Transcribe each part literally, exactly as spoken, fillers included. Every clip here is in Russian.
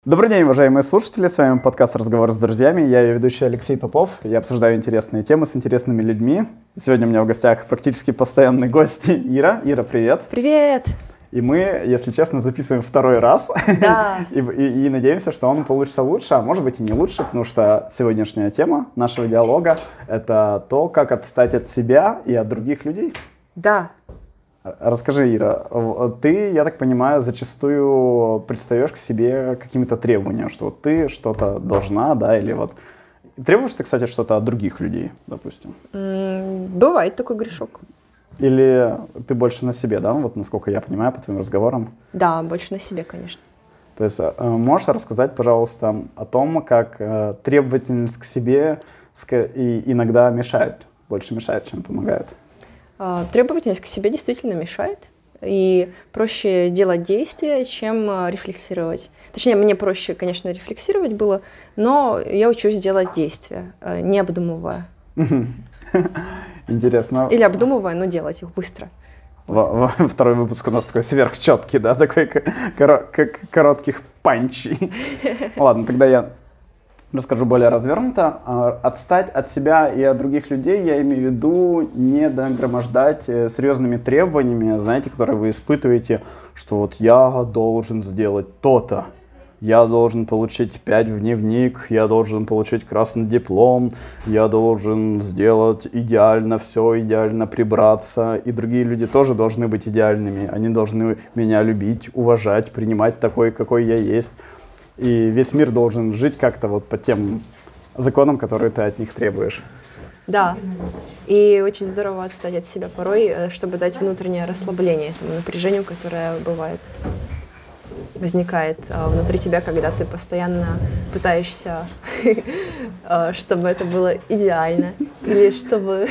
Добрый день, уважаемые слушатели, с вами подкаст «Разговор с друзьями». Я ее ведущий Алексей Попов, я обсуждаю интересные темы с интересными людьми. Сегодня у меня в гостях практически постоянный гость Ира. Ира, привет! Привет! И мы, если честно, записываем второй раз. Да. и, и, и надеемся, что он получится лучше, а может быть и не лучше, потому что сегодняшняя тема нашего диалога — это то, как отстать от себя и от других людей. Да. Расскажи, Ира, ты, я так понимаю, зачастую предстаешь к себе какими-то требованиями, что вот ты что-то должна, да, или вот... Требуешь ты, кстати, что-то от других людей, допустим? М, Бывает такой грешок. Или ты больше на себе, да, вот насколько я понимаю по твоим разговорам? Да, больше на себе, конечно. То есть э, можешь рассказать, пожалуйста, о том, как э, требовательность к себе ска- и иногда мешает, больше мешает, чем помогает? А, Требовательность к себе действительно мешает. И проще делать действия, чем а, рефлексировать. Точнее, мне проще, конечно, рефлексировать было, но я учусь делать действия, а, не обдумывая. Интересно. Или обдумывая, но делать их быстро. Во- во- Второй выпуск у нас такой сверхчеткий, да, такой к- коро- как коротких панчей. Ладно, тогда я расскажу более развернуто. А, Отстать от себя и от других людей, я имею в виду не нагромождать э, серьезными требованиями, знаете, которые вы испытываете, что вот я должен сделать то-то. Я должен получить пять в дневник, я должен получить красный диплом, я должен сделать идеально все, идеально прибраться. И другие люди тоже должны быть идеальными. Они должны меня любить, уважать, принимать такой, какой я есть. И весь мир должен жить как-то вот по тем законам, которые ты от них требуешь. Да. И очень здорово отстать от себя порой, э, чтобы дать внутреннее расслабление этому напряжению, которое бывает. возникает а, внутри тебя, когда ты постоянно пытаешься, а, чтобы это было идеально, или чтобы...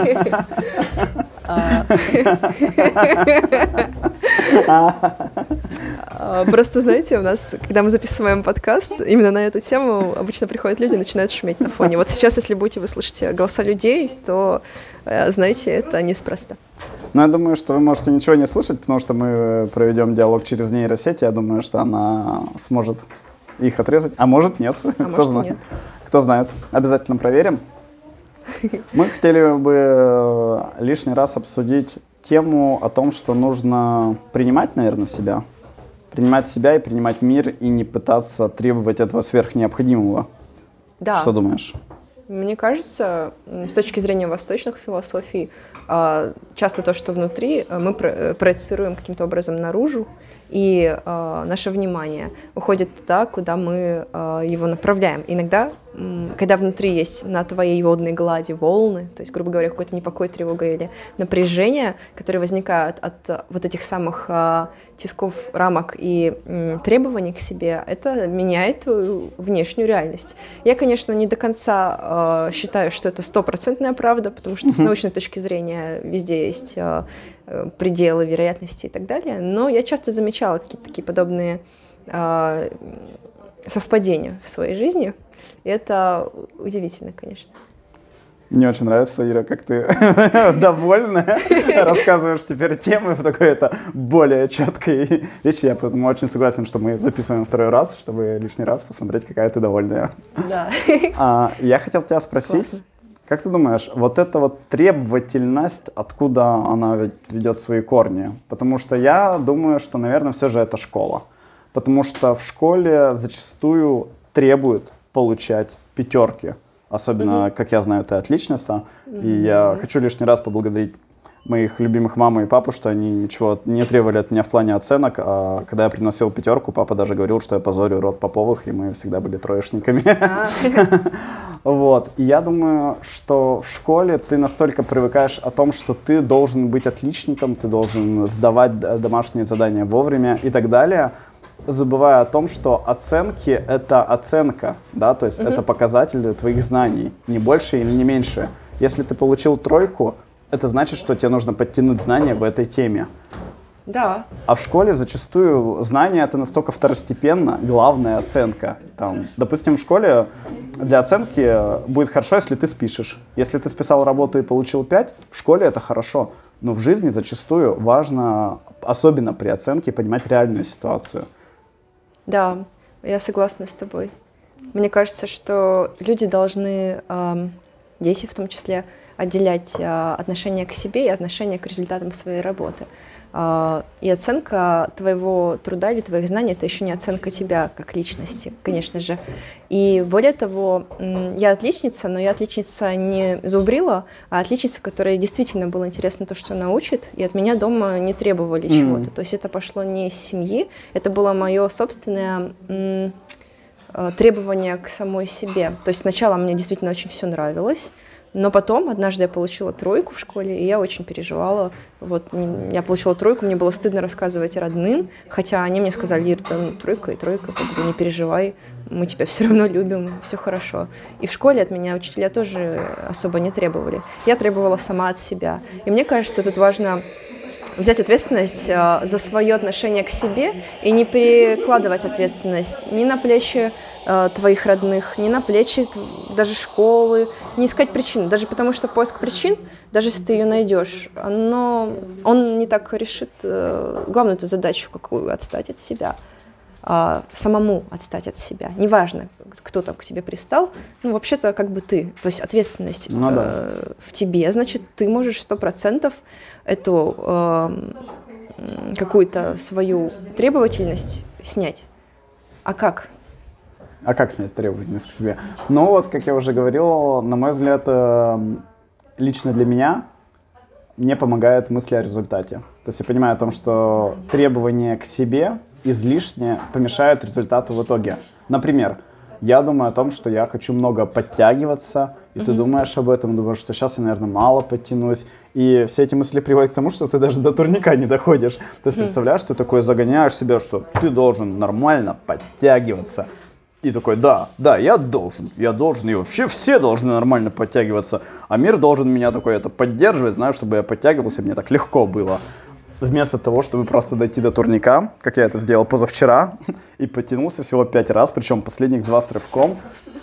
Просто, знаете, у нас, когда мы записываем подкаст, именно на эту тему обычно приходят люди и начинают шуметь на фоне. Вот сейчас, если будете вы слышите голоса людей, то, знаете, это неспроста. Ну, я думаю, что вы можете ничего не слышать, потому что мы проведем диалог через нейросеть. Я думаю, что она сможет их отрезать. А может, нет. А Кто может, знает. нет. Кто знает. Обязательно проверим. Мы хотели бы лишний раз обсудить тему о том, что нужно принимать, наверное, себя. Принимать себя и принимать мир, и не пытаться требовать этого сверхнеобходимого. Да. Что думаешь? Мне кажется, с точки зрения восточных философий, часто то, что внутри, мы проецируем каким-то образом наружу, и наше внимание уходит туда, куда мы его направляем. Иногда, когда внутри есть на твоей водной глади волны, то есть, грубо говоря, какой-то непокой, тревога или напряжение, которые возникают от вот этих самых тисков, рамок и м, требований к себе, это меняет твою внешнюю реальность. Я, конечно, не до конца э, считаю, что это стопроцентная правда, потому что mm-hmm. с научной точки зрения везде есть э, пределы вероятности и так далее, но я часто замечала какие-то такие подобные э, совпадения в своей жизни, и это удивительно, конечно. Мне очень нравится, Ира, как ты довольна, рассказываешь теперь темы в такой-то более четкой вещи. Я поэтому очень согласен, что мы записываем второй раз, чтобы лишний раз посмотреть, какая ты довольная. Да. А, я хотел тебя спросить, Классно. Как ты думаешь, вот эта вот требовательность, откуда она ведет свои корни? Потому что я думаю, что, наверное, все же это школа. Потому что в школе зачастую требуют получать пятерки. Особенно, mm-hmm. как я знаю, ты отличница. Mm-hmm. И я хочу лишний раз поблагодарить моих любимых маму и папу, что они ничего не требовали от меня в плане оценок. А когда я приносил пятерку, папа даже говорил, что я позорю род Поповых, и мы всегда были троечниками. Вот. И я думаю, что в школе ты настолько привыкаешь о том, что ты должен быть отличником, ты должен сдавать домашние задания вовремя и так далее, забывая о том, что оценки — это оценка, да, то есть mm-hmm. это показатель твоих знаний, не больше или не меньше. Если ты получил тройку, это значит, что тебе нужно подтянуть знания в этой теме. Да. А в школе зачастую знания — это настолько второстепенно, главная оценка. Там, допустим, в школе для оценки будет хорошо, если ты спишешь. Если ты списал работу и получил пять, в школе это хорошо. Но в жизни зачастую важно, особенно при оценке, понимать реальную ситуацию. Да, я согласна с тобой. Мне кажется, что люди должны, э, дети в том числе, отделять э, отношение к себе и отношение к результатам своей работы. Э, и оценка твоего труда или твоих знаний — это еще не оценка тебя как личности, конечно же. И более того, э, я отличница, но я отличница не зубрила, а отличница, которой действительно было интересно то, что она учит, и от меня дома не требовали mm. чего-то. То есть это пошло не из семьи, это было мое собственное... Э, требования к самой себе. То есть сначала мне действительно очень все нравилось, но потом однажды я получила тройку в школе, и я очень переживала. Вот я получила тройку, мне было стыдно рассказывать родным, хотя они мне сказали: Ир, да, ну, тройка и тройка, как бы не переживай, мы тебя все равно любим, все хорошо. И в школе от меня учителя тоже особо не требовали. Я требовала сама от себя. И мне кажется, тут важно взять ответственность э, за свое отношение к себе и не перекладывать ответственность ни на плечи э, твоих родных, ни на плечи даже школы, не искать причин. Даже потому что поиск причин, даже если ты ее найдешь, оно, он не так решит э, главную задачу, какую — отстать от себя. А, самому отстать от себя. Неважно, кто там к тебе пристал, ну, вообще-то, как бы ты. То есть ответственность ну, да. э, в тебе, значит, ты можешь сто процентов эту э, какую-то свою требовательность снять. А как? А как снять требовательность к себе? Ну, вот, как я уже говорил, на мой взгляд, э, лично для меня мне помогает мысли о результате. То есть я понимаю о том, что требования к себе излишне помешают результату в итоге. Например, я думаю о том, что я хочу много подтягиваться, и mm-hmm. ты думаешь об этом, думаешь, что сейчас я, наверное, мало подтянусь. И все эти мысли приводят к тому, что ты даже до турника не доходишь. То есть mm-hmm. представляешь, ты такой загоняешь себя, что ты должен нормально подтягиваться. И такой, да, да, я должен, я должен, и вообще все должны нормально подтягиваться. А мир должен меня такой это поддерживать, знаю, чтобы я подтягивался, мне так легко было. Вместо того, чтобы просто дойти до турника, как я это сделал позавчера, и потянулся всего пять раз, причем последних два с рывком.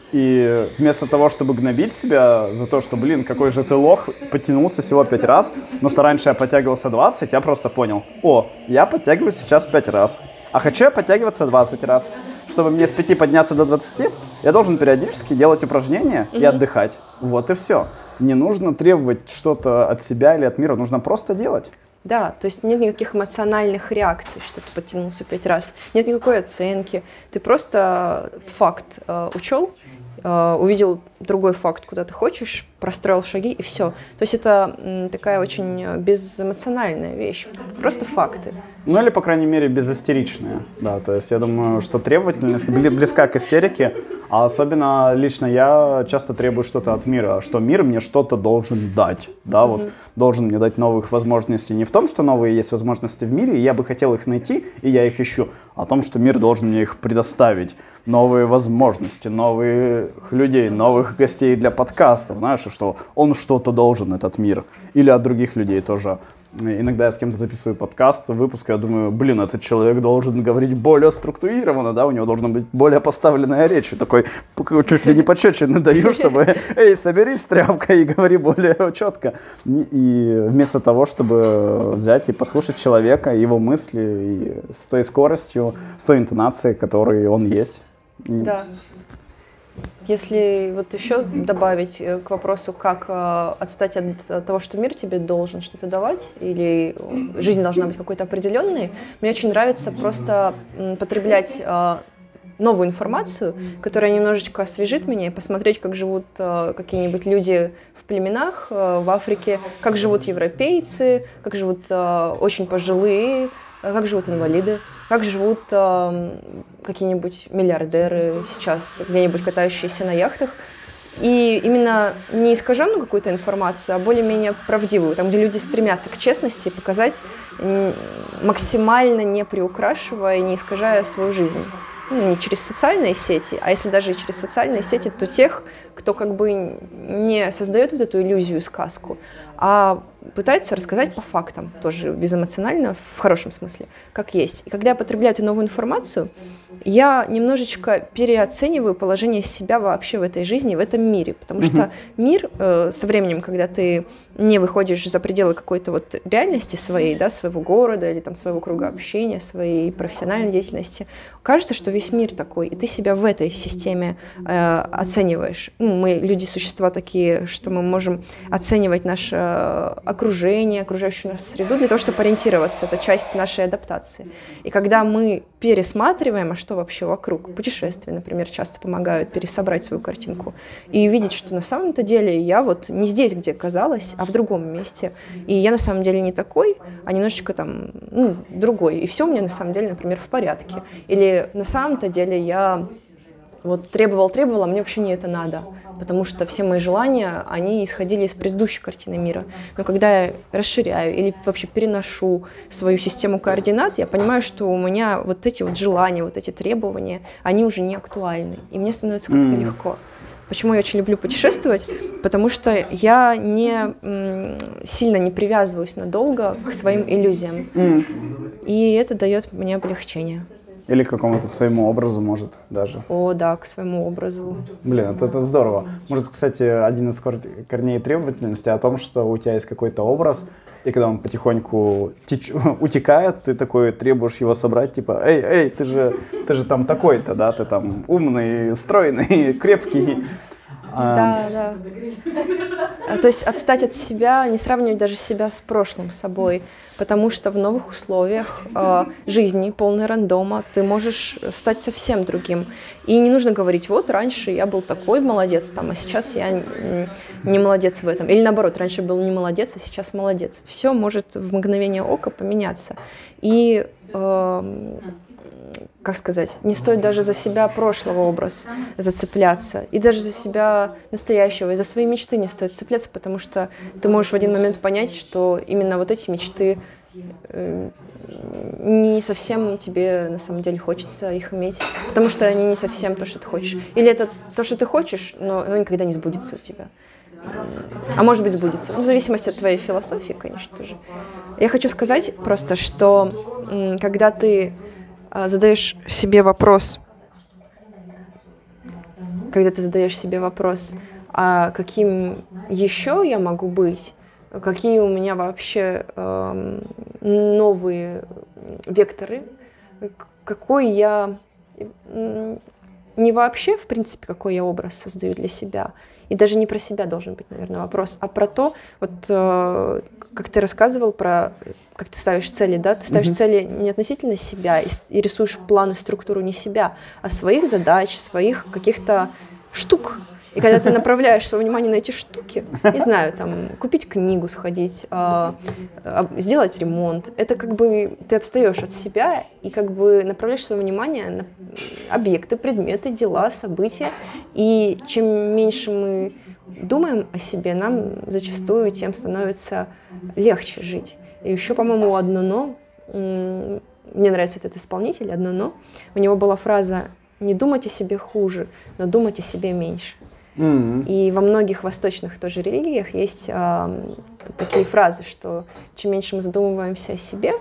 И вместо того, чтобы гнобить себя за то, что, блин, какой же ты лох, подтянулся всего пять раз, но что раньше я подтягивался двадцать, я просто понял, о, я подтягиваюсь сейчас пять раз, а хочу я подтягиваться двадцать раз. Чтобы мне с пяти подняться до двадцати, я должен периодически делать упражнения mm-hmm. и отдыхать. Вот и все. Не нужно требовать что-то от себя или от мира, нужно просто делать. Да, то есть нет никаких эмоциональных реакций, что ты подтянулся пять раз, нет никакой оценки. Ты просто факт э, учел, э, увидел другой факт, куда ты хочешь, простроил шаги, и все. То есть это м, такая очень безэмоциональная вещь, просто факты. Ну или, по крайней мере, безистеричная. Да, то есть я думаю, что требовательность близка к истерике, а особенно лично я часто требую что-то от мира, что мир мне что-то должен дать, да, mm-hmm. вот должен мне дать новых возможностей. Не в том, что новые есть возможности в мире, и я бы хотел их найти, и я их ищу, а о том, что мир должен мне их предоставить. Новые возможности, новых людей, новых гостей для подкастов, знаешь, что он что-то должен, этот мир, или от других людей тоже. Иногда я с кем-то записываю подкаст, выпуск, я думаю, блин, этот человек должен говорить более структурированно, да, у него должна быть более поставленная речь. И такой чуть ли не пощечины даю, чтобы, эй, соберись, тряпка, и говори более четко. И вместо того, чтобы взять и послушать человека, его мысли и с той скоростью, с той интонацией, которой он есть. Да. Если вот еще добавить к вопросу, как э, отстать от того, что мир тебе должен что-то давать, или жизнь должна быть какой-то определенной, мне очень нравится просто м, потреблять э, новую информацию, которая немножечко освежит меня, и посмотреть, как живут э, какие-нибудь люди в племенах э, в Африке, как живут европейцы, как живут э, очень пожилые, как живут инвалиды, как живут э, какие-нибудь миллиардеры сейчас, где-нибудь катающиеся на яхтах. И именно не искаженную какую-то информацию, а более-менее правдивую, там, где люди стремятся к честности, показать максимально не приукрашивая и не искажая свою жизнь. Ну, не через социальные сети, а если даже и через социальные сети, то тех, кто как бы не создает вот эту иллюзию, сказку, а пытается рассказать по фактам, тоже безэмоционально, в хорошем смысле, как есть. И когда я потребляю эту новую информацию, я немножечко переоцениваю положение себя вообще в этой жизни, в этом мире. Потому mm-hmm. что мир э, со временем, когда ты не выходишь за пределы какой-то вот реальности своей, да, своего города или там своего круга общения, своей профессиональной деятельности, кажется, что весь мир такой, и ты себя в этой системе э, оцениваешь. Ну, мы, люди, существа такие, что мы можем оценивать наше окружение, окружающую нашу среду для того, чтобы ориентироваться. Это часть нашей адаптации. И когда мы пересматриваем, а что вообще вокруг, путешествия, например, часто помогают пересобрать свою картинку и увидеть, что на самом-то деле я вот не здесь, где казалось, а в другом месте. И я на самом деле не такой, а немножечко там, ну, другой. И все у меня на самом деле, например, в порядке. Или на самом-то деле я вот требовал, требовал, а мне вообще не это надо. Потому что все мои желания, они исходили из предыдущей картины мира. Но когда я расширяю или вообще переношу свою систему координат, я понимаю, что у меня вот эти вот желания, вот эти требования, они уже не актуальны. И мне становится как-то mm. легко. Почему я очень люблю путешествовать? Потому что я не м, сильно не привязываюсь надолго к своим иллюзиям. Mm. И это дает мне облегчение. Или к какому-то своему образу, может, даже. О, да, к своему образу. Блин, это, это здорово. Может, кстати, один из корней требовательности о том, что у тебя есть какой-то образ, и когда он потихоньку теч... утекает, ты такой требуешь его собрать, типа, эй, эй, ты же, ты же там такой-то, да, ты там умный, стройный, крепкий. Да, да. То есть отстать от себя, не сравнивать даже себя с прошлым собой, потому что в новых условиях э, жизни, полной рандома, ты можешь стать совсем другим. И не нужно говорить, вот раньше я был такой молодец, там, а сейчас я не молодец в этом. Или наоборот, раньше был не молодец, а сейчас молодец. Все может в мгновение ока поменяться. И э, как сказать, не стоит даже за себя прошлого образ зацепляться, и даже за себя настоящего, и за свои мечты не стоит цепляться, потому что ты можешь в один момент понять, что именно вот эти мечты э, не совсем тебе на самом деле хочется их иметь, потому что они не совсем то, что ты хочешь. Или это то, что ты хочешь, но оно никогда не сбудется у тебя. А может быть, сбудется. Ну, в зависимости от твоей философии, конечно, тоже. Я хочу сказать просто, что м, когда ты задаешь себе вопрос, когда ты задаешь себе вопрос, а каким еще я могу быть, какие у меня вообще э, новые векторы, какой я, не вообще, в принципе, какой я образ создаю для себя, и даже не про себя должен быть, наверное, вопрос, а про то, вот э, как ты рассказывал про, как ты ставишь цели, да, ты ставишь mm-hmm. цели не относительно себя и, и рисуешь план и структуру не себя, а своих задач, своих каких-то штук. И когда ты направляешь свое внимание на эти штуки, не знаю, там, купить книгу, сходить, э, э, сделать ремонт, это как бы ты отстаешь от себя и как бы направляешь свое внимание на объекты, предметы, дела, события. И чем меньше мы думаем о себе, нам зачастую тем становится легче жить. И еще, по-моему, одно «но», мне нравится этот исполнитель, одно «но», у него была фраза «не думать о себе хуже, но думать о себе меньше». Mm-hmm. И во многих восточных тоже религиях есть э, такие фразы, что чем меньше мы задумываемся о себе,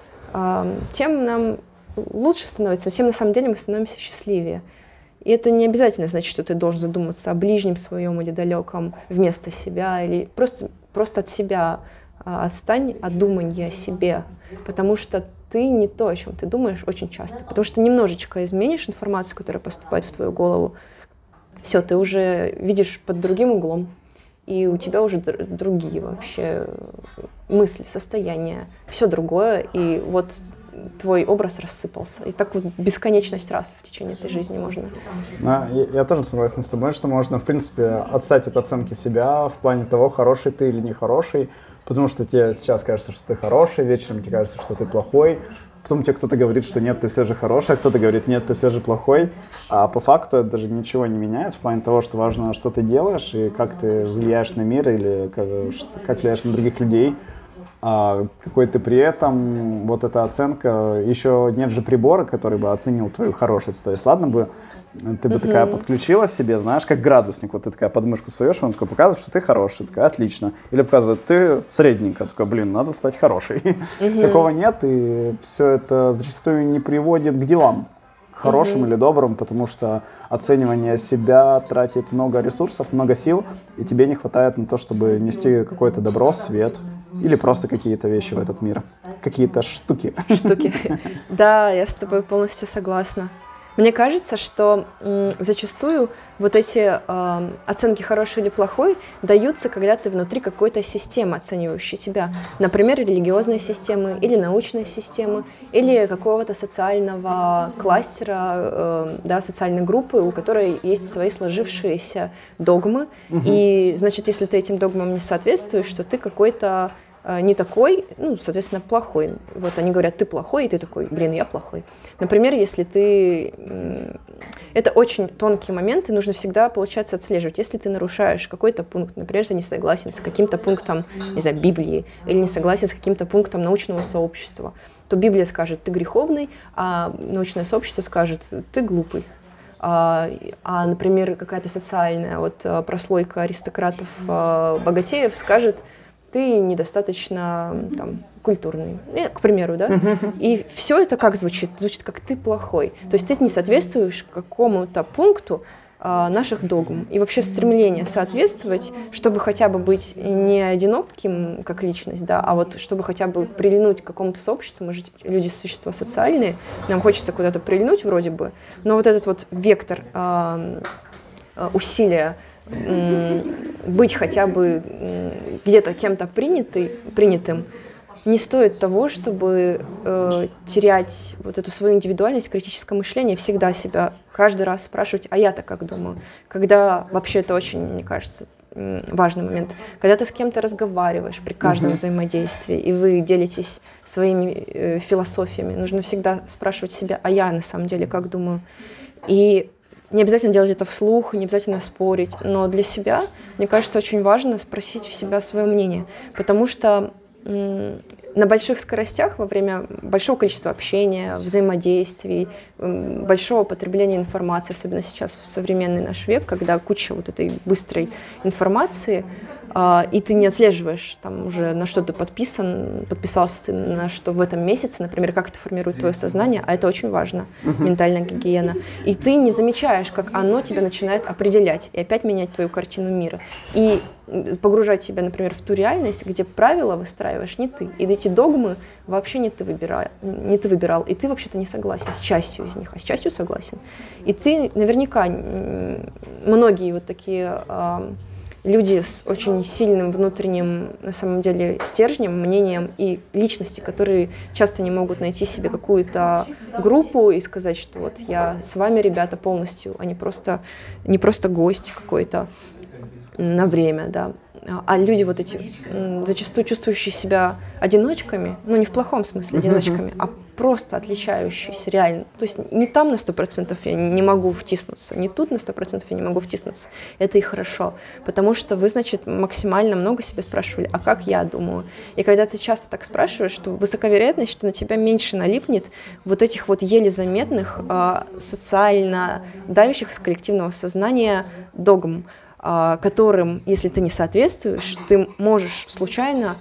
э, тем нам лучше становится, тем на самом деле мы становимся счастливее. И это не обязательно значит, что ты должен задуматься о ближнем своем или далеком вместо себя, или просто, просто от себя э, отстань от думания о себе, потому что ты не то, о чем ты думаешь очень часто, потому что немножечко изменишь информацию, которая поступает в твою голову, все, ты уже видишь под другим углом, и у тебя уже др- другие вообще мысли, состояния, все другое, и вот твой образ рассыпался. И так вот бесконечность раз в течение этой жизни можно. Да, я, я тоже согласен с тобой, что можно, в принципе, отстать от оценки себя в плане того, хороший ты или нехороший, потому что тебе сейчас кажется, что ты хороший, вечером тебе кажется, что ты плохой. Потом тебе кто-то говорит, что нет, ты все же хороший, а кто-то говорит, нет, ты все же плохой. А по факту это даже ничего не меняет в плане того, что важно, что ты делаешь и как ты влияешь на мир или как, как влияешь на других людей. А какой ты при этом, вот эта оценка, еще нет же прибора, который бы оценил твою хорошесть. То есть ладно бы ты бы uh-huh. такая подключила себе, знаешь, как градусник, вот ты такая подмышку суешь, он такой показывает, что ты хороший, такая, отлично. Или показывает, ты средненько, такой, блин, надо стать хорошей. Uh-huh. Такого нет, и все это зачастую не приводит к делам, к хорошим uh-huh. или добрым, потому что оценивание себя тратит много ресурсов, много сил, и тебе не хватает на то, чтобы нести какое-то добро, свет. Или просто какие-то вещи в этот мир. Какие-то штуки. Штуки. Да, я с тобой полностью согласна. Мне кажется, что м, зачастую вот эти э, оценки хороший или плохой даются, когда ты внутри какой-то системы, оценивающей тебя. Например, религиозной системы, или научной системы, или какого-то социального кластера, э, да, социальной группы, у которой есть свои сложившиеся догмы. Угу. И, значит, если ты этим догмам не соответствуешь, то ты какой-то не такой, ну, соответственно, плохой. Вот они говорят, ты плохой, и ты такой, блин, я плохой. Например, если ты... Это очень тонкий момент, и нужно всегда, получается, отслеживать. Если ты нарушаешь какой-то пункт, например, ты не согласен с каким-то пунктом, не знаю, Библии, или не согласен с каким-то пунктом научного сообщества, то Библия скажет, ты греховный, а научное сообщество скажет, ты глупый. А, а например, какая-то социальная вот, прослойка аристократов, богатеев скажет, ты недостаточно там, культурный, к примеру, да? Uh-huh. И все это как звучит? Звучит как ты плохой. То есть ты не соответствуешь какому-то пункту а, наших догм. И вообще стремление соответствовать, чтобы хотя бы быть не одиноким как личность, да, а вот чтобы хотя бы прильнуть к какому-то сообществу. Мы же люди существа социальные, нам хочется куда-то прильнуть вроде бы, но вот этот вот вектор а, усилия быть хотя бы где-то кем-то принятый, принятым, не стоит того, чтобы э, терять вот эту свою индивидуальность, критическое мышление, всегда себя каждый раз спрашивать, а я-то как думаю? Когда вообще это очень, мне кажется, важный момент. Когда ты с кем-то разговариваешь при каждом uh-huh. взаимодействии, и вы делитесь своими э, философиями, нужно всегда спрашивать себя, а я на самом деле как думаю? И не обязательно делать это вслух, не обязательно спорить, но для себя, мне кажется, очень важно спросить у себя свое мнение, потому что м- на больших скоростях, во время большого количества общения, взаимодействий, м- большого потребления информации, особенно сейчас в современный наш век, когда куча вот этой быстрой информации, Uh, и ты не отслеживаешь там уже на что ты подписан, подписался ты на что в этом месяце, например, как это формирует твое сознание, а это очень важно, uh-huh. ментальная гигиена. И ты не замечаешь, как оно тебя начинает определять и опять менять твою картину мира. И погружать себя, например, в ту реальность, где правила выстраиваешь не ты. И эти догмы вообще не ты выбирал, не ты выбирал. И ты вообще-то не согласен с частью из них, а с частью согласен. И ты наверняка, многие вот такие... люди с очень сильным внутренним, на самом деле, стержнем, мнением и личности, которые часто не могут найти себе какую-то группу и сказать, что вот я с вами, ребята, полностью, а не просто, не просто гость какой-то на время, да. А люди вот эти, зачастую чувствующие себя одиночками, ну не в плохом смысле одиночками, а просто отличающиеся реально. То есть не там на сто процентов я не могу втиснуться, не тут на сто процентов я не могу втиснуться. Это и хорошо, потому что вы, значит, максимально много себя спрашивали, а как я думаю? И когда ты часто так спрашиваешь, то высока вероятность, что на тебя меньше налипнет вот этих вот еле заметных, социально давящих из коллективного сознания догм, которым, если ты не соответствуешь, ты можешь случайно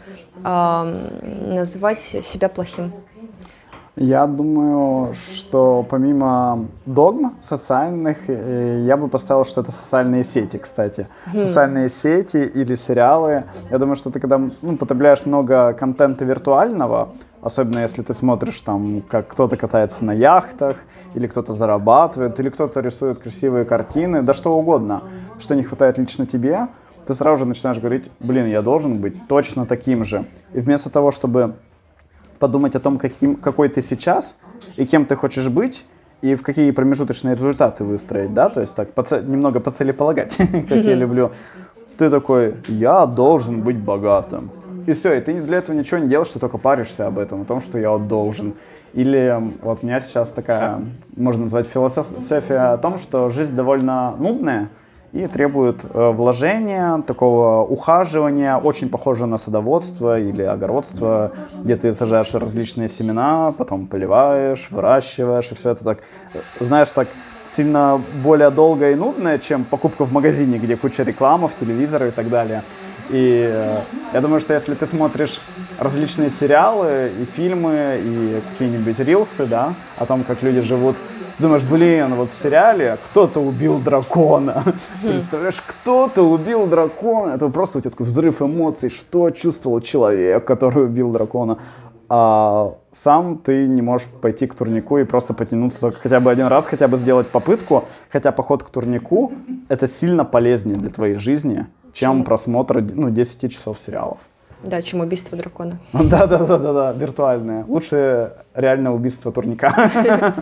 э, называть себя плохим. Я думаю, что помимо догм социальных, я бы поставил, что это социальные сети, кстати. Mm. Социальные сети или сериалы. Я думаю, что ты когда ну, потребляешь много контента виртуального, особенно если ты смотришь, там, как кто-то катается на яхтах, или кто-то зарабатывает, или кто-то рисует красивые картины, да что угодно, что не хватает лично тебе, ты сразу же начинаешь говорить, блин, я должен быть точно таким же. И вместо того, чтобы подумать о том, каким, какой ты сейчас, и кем ты хочешь быть, и в какие промежуточные результаты выстроить, да, то есть так, поце- немного поцелеполагать, как я люблю, ты такой, я должен быть богатым. И все, и ты для этого ничего не делаешь, ты только паришься об этом, о том, что я вот должен. Или вот у меня сейчас такая, можно назвать, философия о том, что жизнь довольно нудная и требует э, вложения, такого ухаживания, очень похоже на садоводство или огородство, где ты сажаешь различные семена, потом поливаешь, выращиваешь, и все это так, знаешь, так сильно более долгая и нудная, чем покупка в магазине, где куча рекламы, телевизора и так далее. И э, я думаю, что если ты смотришь различные сериалы и фильмы, и какие-нибудь рилсы, да, о том, как люди живут, ты думаешь, блин, вот в сериале кто-то убил дракона. Представляешь, кто-то убил дракона. Это просто у тебя такой взрыв эмоций, что чувствовал человек, который убил дракона. А сам ты не можешь пойти к турнику и просто потянуться хотя бы один раз, хотя бы сделать попытку. Хотя поход к турнику — это сильно полезнее для твоей жизни, чем просмотр ну, десять часов сериалов. Да, чем убийство дракона. Да-да-да, виртуальное. Лучше реальное убийство турника.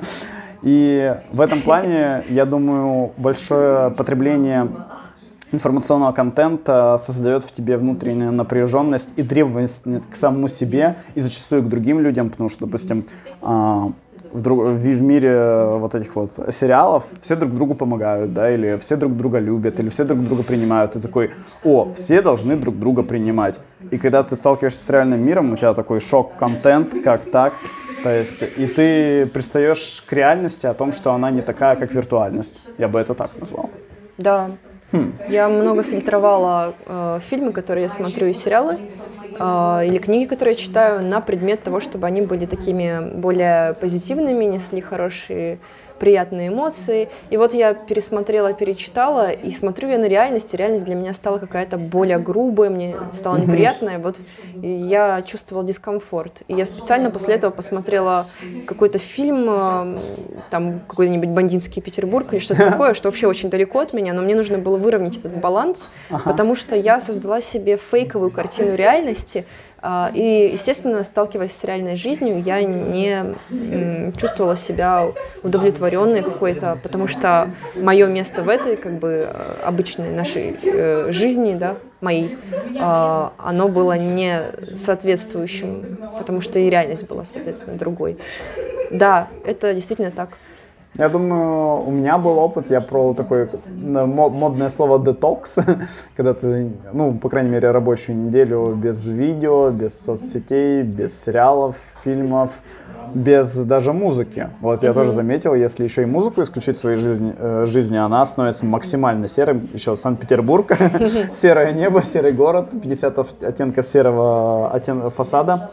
И в этом плане, я думаю, большое потребление информационного контента создает в тебе внутреннюю напряженность и требовательность к самому себе и зачастую к другим людям, потому что, допустим, в, друг, в мире вот этих вот сериалов все друг другу помогают, да, или все друг друга любят, или все друг друга принимают. Ты такой, о, все должны друг друга принимать. И когда ты сталкиваешься с реальным миром, у тебя такой шок-контент, как так. То есть, и ты пристаешь к реальности о том, что она не такая, как виртуальность. Я бы это так назвал. Да. Хм. Я много фильтровала э, фильмы, которые я смотрю, и сериалы, э, или книги, которые я читаю, на предмет того, чтобы они были такими более позитивными, несли хорошие, приятные эмоции. И вот я пересмотрела, перечитала, и смотрю я на реальность, и реальность для меня стала какая-то более грубая, мне стало неприятно, и вот я чувствовала дискомфорт. И я специально после этого посмотрела какой-то фильм, там какой-нибудь «Бандитский Петербург» или что-то такое, что вообще очень далеко от меня, но мне нужно было выровнять этот баланс, ага. потому что я создала себе фейковую картину реальности. И, естественно, сталкиваясь с реальной жизнью, я не чувствовала себя удовлетворенной какой-то, потому что мое место в этой, как бы, обычной нашей жизни, да, моей, оно было не соответствующим, потому что и реальность была, соответственно, другой. Да, это действительно так. Я думаю, у меня был опыт, я пробовал такое модное слово детокс, когда ты, ну, по крайней мере, рабочую неделю без видео, без соцсетей, без сериалов, фильмов, без даже музыки. Вот я mm-hmm. тоже заметил, если еще и музыку исключить в своей жизни, э, жизни, она становится максимально серым. Еще Санкт-Петербург, серое небо, серый город, пятьдесят оттенков серого оттен- фасада.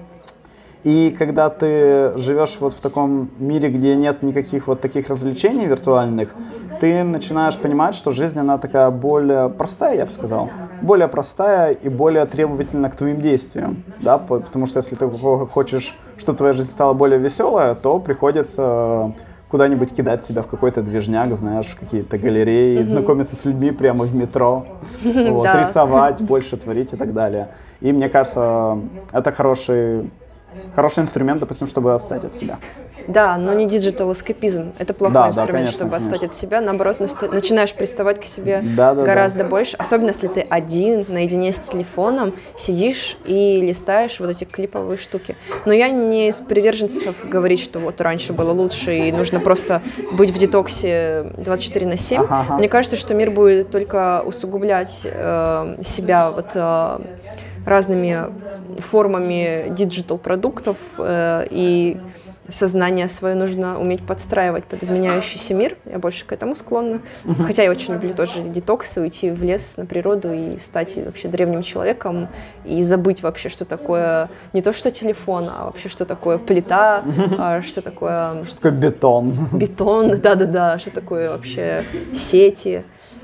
И когда ты живешь вот в таком мире, где нет никаких вот таких развлечений виртуальных, ты начинаешь понимать, что жизнь, она такая более простая, я бы сказал. Более простая и более требовательна к твоим действиям. Да? Потому что если ты хочешь, чтобы твоя жизнь стала более веселая, то приходится куда-нибудь кидать себя в какой-то движняк, знаешь, в какие-то галереи, mm-hmm. знакомиться с людьми прямо в метро, вот, рисовать, больше творить и так далее. И мне кажется, это хороший... Хороший инструмент, допустим, чтобы отстать от себя. Да, но не диджитал-эскапизм. Это плохой да, инструмент, да, конечно, чтобы конечно. отстать от себя. Наоборот, начинаешь приставать к себе да, да, гораздо да. больше. Особенно, если ты один, наедине с телефоном, сидишь и листаешь вот эти клиповые штуки. Но я не из приверженцев говорить, что вот раньше было лучше и нужно просто быть в детоксе двадцать четыре на семь. Ага, ага. Мне кажется, что мир будет только усугублять э, себя вот э, разными формами диджитал-продуктов, э, и сознание свое нужно уметь подстраивать под изменяющийся мир. Я больше к этому склонна. Uh-huh. Хотя я очень люблю тоже детоксы, уйти в лес, на природу и стать вообще древним человеком и забыть вообще, что такое не то, что телефон, а вообще, что такое плита, uh-huh. что такое... Что такое бетон. Бетон, да-да-да, что такое вообще сети.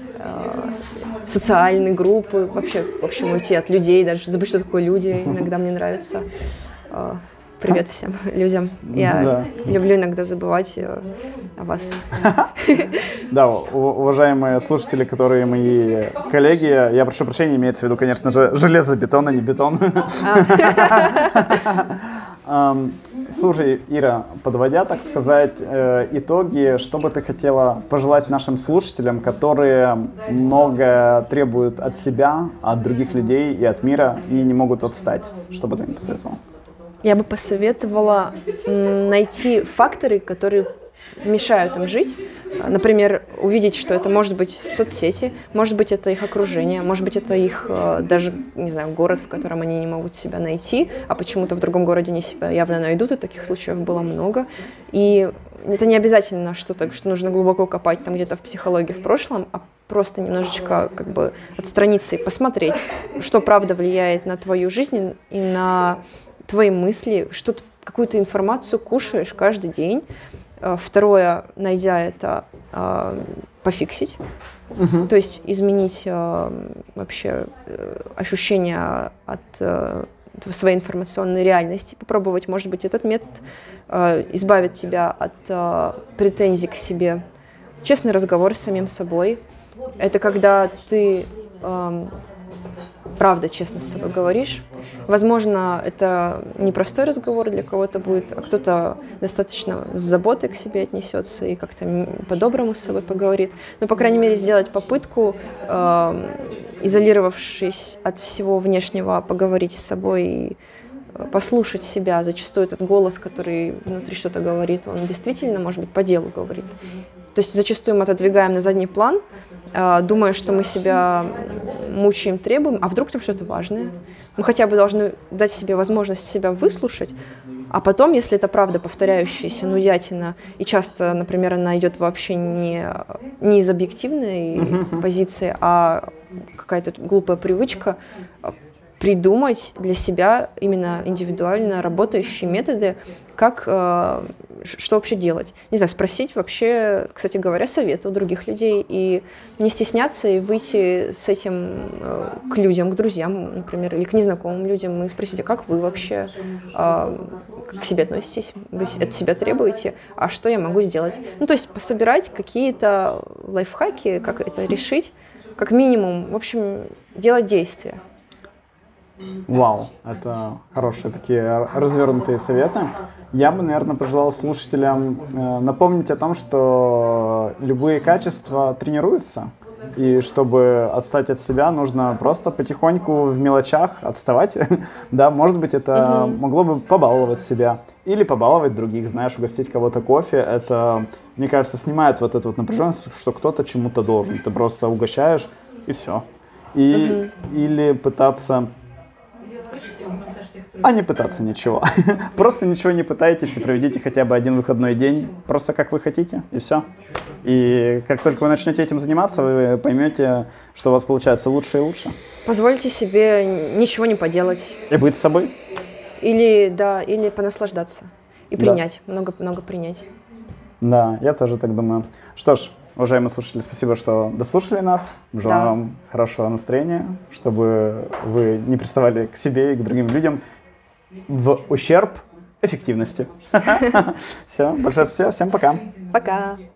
Социальные группы, вообще, в общем, уйти от людей, даже забыть, что такое люди, иногда мне нравится. Привет всем людям. Я да. люблю иногда забывать о вас. Да, уважаемые слушатели, которые мои коллеги, я прошу прощения, имеется в виду, конечно же, железобетон, а не бетон. Слушай, Ира, подводя, так сказать, э, итоги, что бы ты хотела пожелать нашим слушателям, которые много требуют от себя, от других людей и от мира, и не могут отстать? Что бы ты им посоветовала? Я бы посоветовала найти факторы, которые мешают им жить. Например, увидеть, что это может быть соцсети, может быть, это их окружение, может быть, это их даже, не знаю, город, в котором они не могут себя найти, а почему-то в другом городе они себя явно найдут, и таких случаев было много. И это не обязательно что-то, что нужно глубоко копать там где-то в психологии в прошлом, а просто немножечко как бы отстраниться и посмотреть, что правда влияет на твою жизнь и на твои мысли, что ты какую-то информацию кушаешь каждый день. Второе, найдя это, пофиксить, uh-huh. то есть изменить вообще ощущение от своей информационной реальности, попробовать, может быть, этот метод избавит тебя от претензий к себе. Честный разговор с самим собой. Это когда ты правда честно с собой говоришь. Возможно, это непростой разговор для кого-то будет, а кто-то достаточно с заботой к себе отнесется и как-то по-доброму с собой поговорит. Но, по крайней мере, сделать попытку, э, изолировавшись от всего внешнего, поговорить с собой и послушать себя. Зачастую этот голос, который внутри что-то говорит, он действительно, может быть, по делу говорит. То есть зачастую мы отодвигаем на задний план, думая, что мы себя мучаем, требуем, а вдруг там что-то важное. Мы хотя бы должны дать себе возможность себя выслушать, а потом, если это правда повторяющаяся нудятина, и часто, например, она идет вообще не, не из объективной uh-huh. позиции, а какая-то глупая привычка, придумать для себя именно индивидуально работающие методы, как, э, что вообще делать. Не знаю, спросить вообще, кстати говоря, совета у других людей и не стесняться и выйти с этим э, к людям, к друзьям, например, или к незнакомым людям и спросить, а как вы вообще э, к себе относитесь, вы от себя требуете, а что я могу сделать? Ну, то есть пособирать какие-то лайфхаки, как это решить, как минимум, в общем, делать действия. Вау, это хорошие такие развернутые советы. Я бы, наверное, пожелал слушателям э, напомнить о том, что любые качества тренируются, и чтобы отстать от себя, нужно просто потихоньку в мелочах отставать. Да, может быть, это угу. могло бы побаловать себя или побаловать других, знаешь, угостить кого-то кофе. Это, мне кажется, снимает вот эту вот напряженность, что кто-то чему-то должен. Ты просто угощаешь, и все. И, угу. Или пытаться... А не пытаться ничего. Просто ничего не пытайтесь и проведите хотя бы один выходной день, просто как вы хотите, и все. И как только вы начнете этим заниматься, вы поймете, что у вас получается лучше и лучше. Позвольте себе ничего не поделать. И быть собой. Или, да, или понаслаждаться. И принять, много-много да. принять. Да, я тоже так думаю. Что ж, уважаемые слушатели, спасибо, что дослушали нас. Желаю да. вам хорошего настроения, чтобы вы не приставали к себе и к другим людям в ущерб эффективности. Все, большое спасибо, всем пока. Пока.